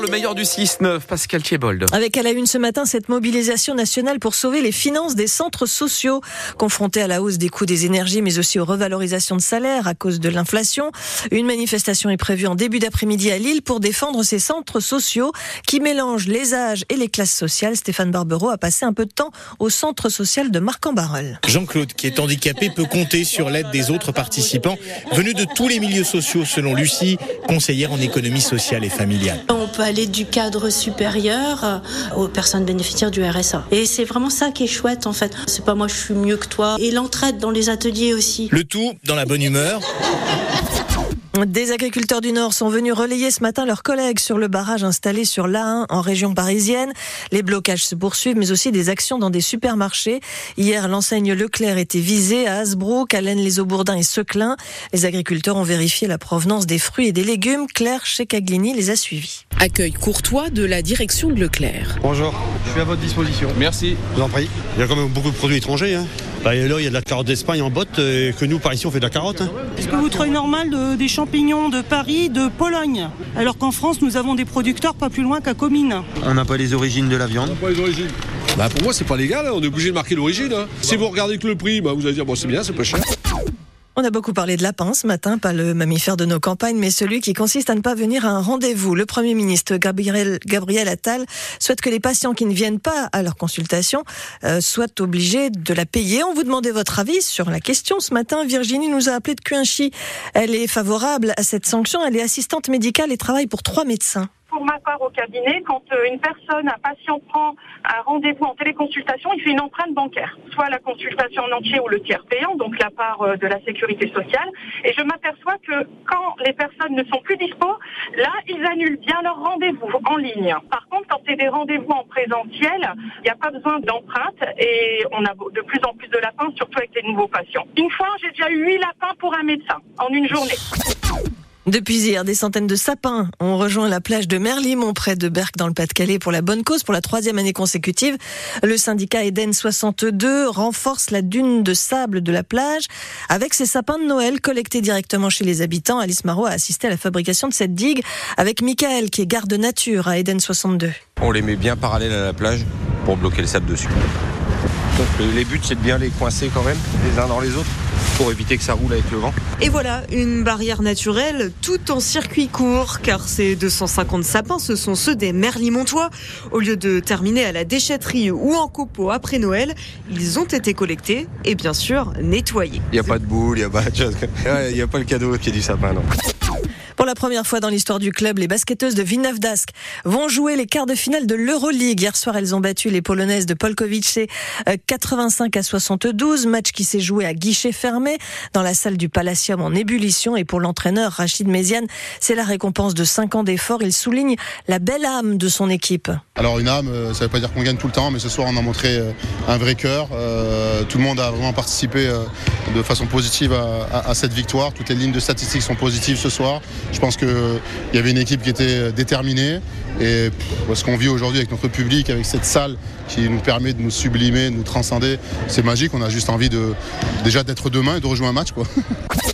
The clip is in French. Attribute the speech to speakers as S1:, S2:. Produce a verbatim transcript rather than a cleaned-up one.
S1: le meilleur du six neuf, Pascal Thiebold.
S2: Avec à la une ce matin cette mobilisation nationale pour sauver les finances des centres sociaux, confrontés à la hausse des coûts des énergies mais aussi aux revalorisations de salaire à cause de l'inflation. Une manifestation est prévue en début d'après-midi à Lille pour défendre ces centres sociaux qui mélangent les âges et les classes sociales. Stéphane Barbero a passé un peu de temps au centre social de Marc-en-Barœul.
S3: Jean-Claude, qui est handicapé, peut compter sur l'aide des autres participants venus de tous les milieux sociaux, selon Lucie, conseillère en économie sociale et familiale.
S4: On peut aller du cadre supérieur aux personnes bénéficiaires du R S A. Et c'est vraiment ça qui est chouette en fait. C'est pas moi je suis mieux que toi. Et l'entraide dans les ateliers aussi.
S3: Le tout dans la bonne humeur.
S2: Des agriculteurs du Nord sont venus relayer ce matin leurs collègues sur le barrage installé sur l'A un en région parisienne. Les blocages se poursuivent, mais aussi des actions dans des supermarchés. Hier, l'enseigne Leclerc était visée à Hasbrook, à Laine-les-Aubourdins et Seclin. Les agriculteurs ont vérifié la provenance des fruits et des légumes. Claire Checaglini les a suivis.
S5: Accueil courtois de la direction de Leclerc.
S6: Bonjour, je suis à votre disposition.
S1: Merci.
S6: Je vous en prie. Il y a quand même beaucoup de produits étrangers. Hein. Bah, là, il y a de la carotte d'Espagne en botte, euh, que nous, par ici, on fait de la carotte. Hein.
S7: Est-ce que vous trouvez normal de, des champignons de Paris, de Pologne, alors qu'en France, nous avons des producteurs pas plus loin qu'à Comines?
S6: On n'a pas les origines de la viande.
S8: On n'a pas les origines. Bah, pour moi, c'est pas légal, hein. On est obligé de marquer l'origine. Hein. Si vous regardez que le prix, bah, vous allez dire, bon, c'est bien, c'est pas cher.
S2: On a beaucoup parlé de lapin ce matin, pas le mammifère de nos campagnes, mais celui qui consiste à ne pas venir à un rendez-vous. Le Premier ministre Gabriel, Gabriel Attal souhaite que les patients qui ne viennent pas à leur consultation euh, soient obligés de la payer. On vous demandait votre avis sur la question ce matin. Virginie nous a appelé de Cuinchy. Elle est favorable à cette sanction. Elle est assistante médicale et travaille pour trois médecins.
S9: Pour ma part au cabinet, quand une personne, un patient prend un rendez-vous en téléconsultation, il fait une empreinte bancaire, soit la consultation en entier ou le tiers payant, donc la part de la sécurité sociale. Et je m'aperçois que quand les personnes ne sont plus dispo, là, ils annulent bien leur rendez-vous en ligne. Par contre, quand c'est des rendez-vous en présentiel, il n'y a pas besoin d'empreinte et on a de plus en plus de lapins, surtout avec les nouveaux patients. Une fois, j'ai déjà eu huit lapins pour un médecin en une journée.
S2: Depuis hier, des centaines de sapins ont rejoint la plage de Merlimont près de Berck dans le Pas-de-Calais pour la bonne cause pour la troisième année consécutive. Le syndicat Eden soixante-deux renforce la dune de sable de la plage avec ses sapins de Noël collectés directement chez les habitants. Alice Marot a assisté à la fabrication de cette digue avec Michael qui est garde nature à Eden soixante-deux.
S10: On les met bien parallèles à la plage pour bloquer le sable dessus. Donc les buts c'est de bien les coincer quand même les uns dans les autres pour éviter que ça roule avec le vent.
S5: Et voilà, une barrière naturelle tout en circuit court, car ces deux cent cinquante sapins, ce sont ceux des Merlimontois. Au lieu de terminer à la déchetterie ou en copeaux après Noël, ils ont été collectés et bien sûr nettoyés.
S10: Il n'y a pas de boule, il n'y a, a pas le cadeau au pied du sapin, non.
S2: Pour la première fois dans l'histoire du club, les basketteuses de Villeneuve d'Ascq vont jouer les quarts de finale de l'Euroleague. Hier soir, elles ont battu les Polonaises de Polkowice quatre-vingt-cinq à soixante-douze. Match qui s'est joué à guichet fermé dans la salle du Palacium en ébullition. Et pour l'entraîneur Rachid Méziane, c'est la récompense de cinq ans d'efforts. Il souligne la belle âme de son équipe.
S11: Alors une âme, ça ne veut pas dire qu'on gagne tout le temps, mais ce soir on a montré un vrai cœur. Euh, tout le monde a vraiment participé de façon positive à, à, à cette victoire. Toutes les lignes de statistiques sont positives ce soir. Je pense qu'il y avait une équipe qui était déterminée et pff, ce qu'on vit aujourd'hui avec notre public, avec cette salle qui nous permet de nous sublimer, de nous transcender, c'est magique. On a juste envie de, déjà d'être demain et de rejouer un match, quoi.